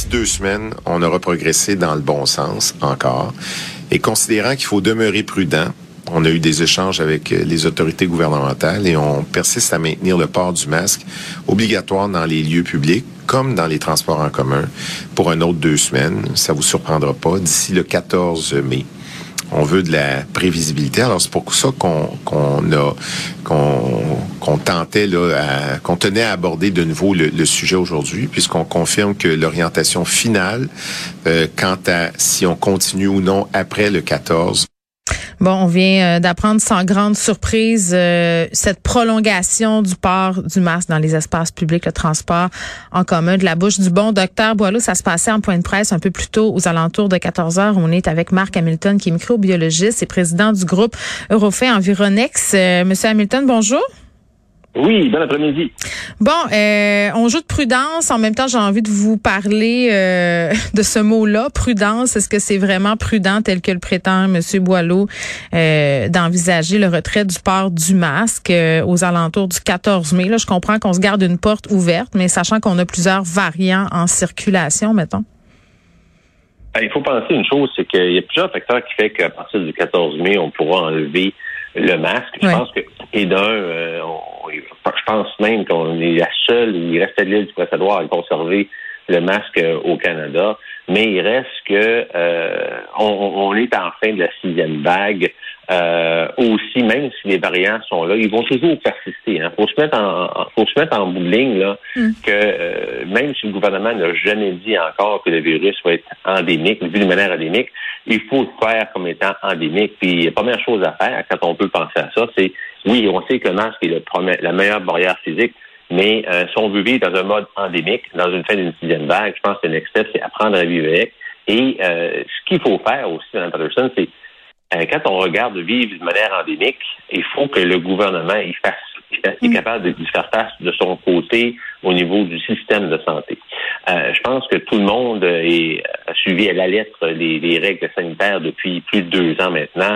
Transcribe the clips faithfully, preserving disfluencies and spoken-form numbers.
deux semaines, on aura progressé dans le bon sens encore. Et considérant qu'il faut demeurer prudent, on a eu des échanges avec les autorités gouvernementales et on persiste à maintenir le port du masque obligatoire dans les lieux publics comme dans les transports en commun pour un autre deux semaines. Ça vous surprendra pas, d'ici le quatorze mai. On veut de la prévisibilité. Alors, c'est pour ça qu'on, qu'on a, qu'on, qu'on tentait, là, à, qu'on tenait à aborder de nouveau le, le sujet aujourd'hui, puisqu'on confirme que l'orientation finale, euh, quant à si on continue ou non après le quatorze. Bon, on vient euh, d'apprendre sans grande surprise euh, cette prolongation du port du masque dans les espaces publics, le transport en commun, de la bouche du bon docteur Boileau. Ça se passait en point de presse un peu plus tôt, aux alentours de quatorze heures. On est avec Marc Hamilton, qui est microbiologiste et président du groupe Eurofins Environex. Euh, Monsieur Hamilton, bonjour. Oui, bon après-midi. Bon, euh, on joue de prudence. En même temps, j'ai envie de vous parler euh, de ce mot-là, prudence. Est-ce que c'est vraiment prudent, tel que le prétend M. Boileau, euh, d'envisager le retrait du port du masque euh, aux alentours du quatorze mai? Là, je comprends qu'on se garde une porte ouverte, mais sachant qu'on a plusieurs variants en circulation, mettons. Il faut penser une chose, c'est qu'il y a plusieurs facteurs qui font qu'à partir du quatorze mai, on pourra enlever le masque. Je ouais. pense que, et d'un, euh, on, je pense même qu'on est la seule, il reste à l'île du Prince-Édouard à conserver le masque au Canada, mais il reste que euh, on, on est en fin de la sixième vague. Euh, aussi, même si les variants sont là, ils vont toujours persister. Il hein. faut se mettre en, faut se mettre en bout de ligne là, mm. que euh, même si le gouvernement n'a jamais dit encore que le virus va être endémique, vu de manière endémique, il faut le faire comme étant endémique. Puis la première chose à faire, quand on peut penser à ça, c'est oui, on sait que le masque est le premier, la meilleure barrière physique, mais euh, si on veut vivre dans un mode endémique, dans une fin d'une sixième vague, je pense que le next step, c'est apprendre à vivre avec. Et euh, ce qu'il faut faire aussi, Mme Patterson, c'est quand on regarde vivre de manière endémique, il faut que le gouvernement il fasse, il est capable de faire face de son côté au niveau du système de santé. Euh, je pense que tout le monde est, a suivi à la lettre les, les règles sanitaires depuis plus de deux ans maintenant.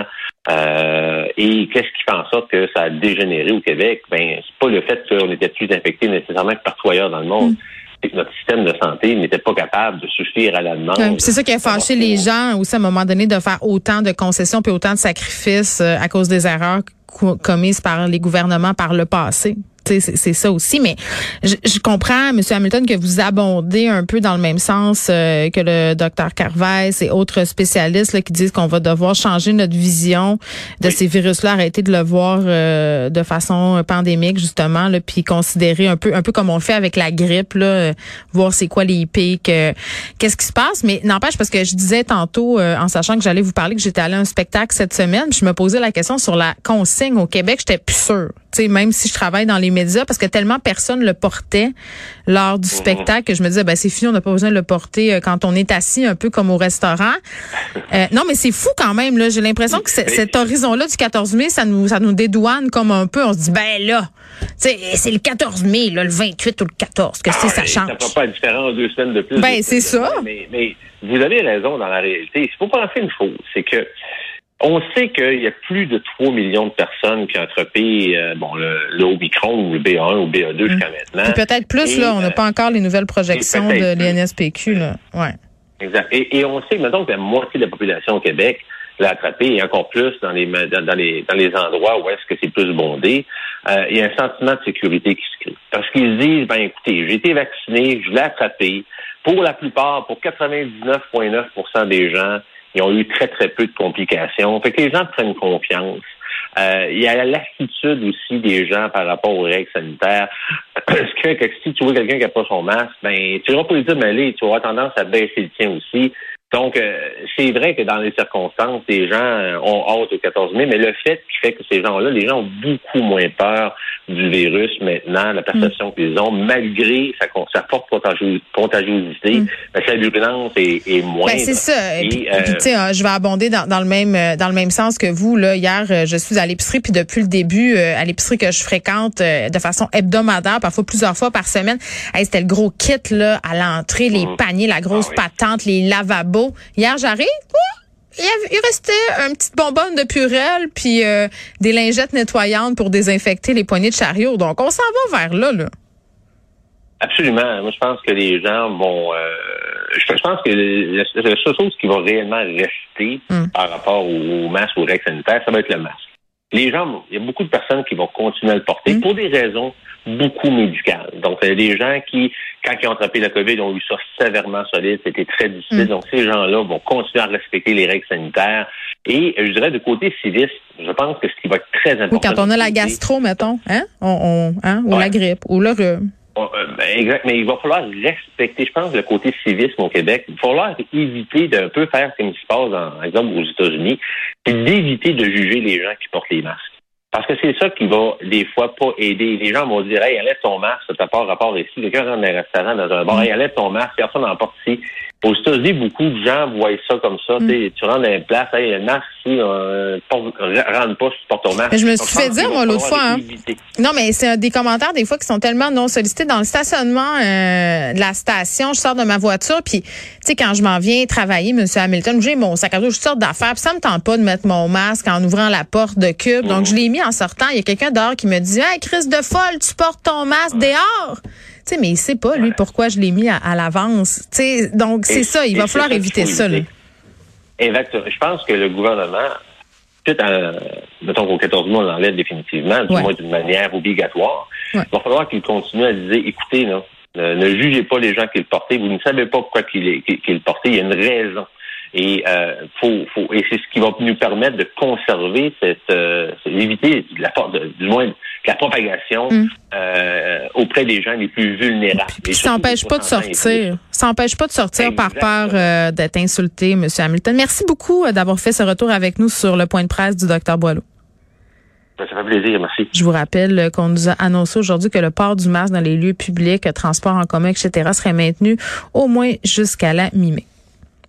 Euh, et qu'est-ce qui fait en sorte que ça a dégénéré au Québec? Ben, c'est pas le fait qu'on était plus infectés nécessairement que partout ailleurs dans le monde. Mm. C'est que notre système de santé n'était pas capable de suffire à la demande. Ouais, c'est ça qui a fâché les gens aussi à un moment donné de faire autant de concessions puis autant de sacrifices euh, à cause des erreurs co- commises par les gouvernements par le passé. C'est, c'est ça aussi, mais je, je comprends, M. Hamilton, que vous abondez un peu dans le même sens euh, que le docteur Carvez et autres spécialistes là, qui disent qu'on va devoir changer notre vision de oui. ces virus-là, arrêter de le voir euh, de façon pandémique, justement, là, puis considérer un peu un peu comme on le fait avec la grippe, là, euh, voir c'est quoi les pics, euh, qu'est-ce qui se passe. Mais n'empêche, parce que je disais tantôt, euh, en sachant que j'allais vous parler, que j'étais allée à un spectacle cette semaine, puis je me posais la question sur la consigne au Québec, j'étais plus sûre. T'sais, même si je travaille dans les médias, parce que tellement personne le portait lors du mmh. spectacle que je me disais, ben c'est fini, on n'a pas besoin de le porter quand on est assis, un peu comme au restaurant. Euh, non, mais c'est fou quand même. Là, j'ai l'impression que c- cet horizon-là du quatorze mai, ça nous, ça nous dédouane comme un peu. On se dit, ben là, c'est le quatorze mai, là, le vingt-huit ou le quatorze, que ah, c'est ça change. Ça ne fera pas la différence deux semaines de plus. Ben c'est ça. Mais, mais vous avez raison dans la réalité. Il faut penser une chose, c'est que on sait qu'il y a plus de trois millions de personnes qui ont attrapé euh, bon, le, le Omicron ou le B A un ou B A deux mmh. jusqu'à maintenant. Et peut-être plus, et, là. On n'a euh, pas encore les nouvelles projections de l'I N S P Q, là. Ouais. Exact. Et, et on sait, mettons, que la moitié de la population au Québec l'a attrapé, et encore plus dans les dans, dans les dans les endroits où est-ce que c'est plus bondé. Euh, il y a un sentiment de sécurité qui se crée. Parce qu'ils disent, ben écoutez, j'ai été vacciné, je l'ai attrapé. Pour la plupart, pour quatre-vingt-dix-neuf virgule neuf pour cent des gens, ils ont eu très, très peu de complications. Fait que les gens prennent confiance. Euh, il y a la lassitude aussi des gens par rapport aux règles sanitaires. Ce qui fait que si tu vois quelqu'un qui n'a pas son masque, ben, tu vas pas lui dire, mais allez, tu auras tendance à baisser le tien aussi. Donc, euh, c'est vrai que dans les circonstances, les gens euh, ont hâte au quatorze mai, mais le fait qui fait que ces gens-là, les gens ont beaucoup moins peur du virus maintenant, la perception mm. qu'ils ont, malgré sa, sa forte contagiosité, mm. sa virulence est, est moindre. Ben, c'est ça. Et, puis, euh, tu sais, hein, je vais abonder dans, dans le même dans le même sens que vous. Là, hier, je suis à l'épicerie, puis depuis le début, euh, à l'épicerie que je fréquente euh, de façon hebdomadaire, parfois plusieurs fois par semaine, hey, c'était le gros kit là à l'entrée, les mm. paniers, la grosse ah, oui. patente, les lavabos. Hier, j'arrive, oh, il, avait, il restait une petite bonbonne de Purell puis euh, des lingettes nettoyantes pour désinfecter les poignées de chariot. Donc, on s'en va vers là, là. Absolument. Moi, je pense que les gens vont... Euh, je pense que la seule chose qui va réellement rester mm. par rapport au, au masque ou aux règles sanitaires, ça va être le masque. Les gens, il y a beaucoup de personnes qui vont continuer à le porter mm. pour des raisons beaucoup médicales. Donc, il y a des gens qui, quand ils ont attrapé la COVID, ont eu ça sévèrement solide, c'était très difficile. Mm. Donc, ces gens-là vont continuer à respecter les règles sanitaires. Et je dirais, de côté civisme, je pense que ce qui va être très important... Oui, quand on a la gastro, mettons, hein, on, on, hein ou ouais. la grippe, ou le rhume. Exact, mais il va falloir respecter, je pense, le côté civisme au Québec. Il va falloir éviter d'un peu faire ce qui se passe, par exemple, aux États-Unis, c'est d'éviter de juger les gens qui portent les masques. Parce que c'est ça qui va, des fois, pas aider. Les gens vont dire, hey, enlève ton masque, t'as pas rapport ici. Quelqu'un rentre dans un restaurant, dans un bar, hey, enlève ton masque, personne n'en porte ici. Aux États-Unis, beaucoup de gens voient ça comme ça. Mm. Tu rentres dans une place, hey, le masque, ici, euh, rentre pas si tu portes ton masque. Mais je me suis Donc, fait dire, moi, l'autre fois, hein. Non, mais c'est des commentaires, des fois, qui sont tellement non sollicités. Dans le stationnement euh, de la station, je sors de ma voiture, puis, tu sais, quand je m'en viens travailler, M. Hamilton, j'ai mon sac à dos, je sors d'affaires, puis ça me tente pas de mettre mon masque en ouvrant la porte de Cube. Mm. Donc, je l'ai mis en sortant. Il y a quelqu'un dehors qui me dit, hey, Chris de folle, tu portes ton masque dehors. Tu sais, mais il sait pas, lui, pourquoi je l'ai mis à, à l'avance. Tu sais, donc, c'est et, ça. Il va falloir éviter ça, là. Exactement. Je pense que le gouvernement, tout en, mettons qu'au quatorze mois, on l'enlève définitivement, du ouais. moins d'une manière obligatoire. Ouais. Il va falloir qu'il continue à dire, écoutez, là, ne, ne jugez pas les gens qui le portaient. Vous ne savez pas pourquoi qu'il qu'il, qu'il le portait. Il y a une raison. Et euh, faut, faut, et c'est ce qui va nous permettre de conserver cette, euh, éviter la, de, du moins la propagation mm. euh, auprès des gens les plus vulnérables. Puis, ça n'empêche pas de sortir. Ça n'empêche pas de sortir Exactement. par peur euh, d'être insulté, M. Hamilton. Merci beaucoup euh, d'avoir fait ce retour avec nous sur le point de presse du docteur Boileau. Ça fait plaisir, merci. Je vous rappelle qu'on nous a annoncé aujourd'hui que le port du masque dans les lieux publics, transport en commun, et cetera serait maintenu au moins jusqu'à la mi-mai.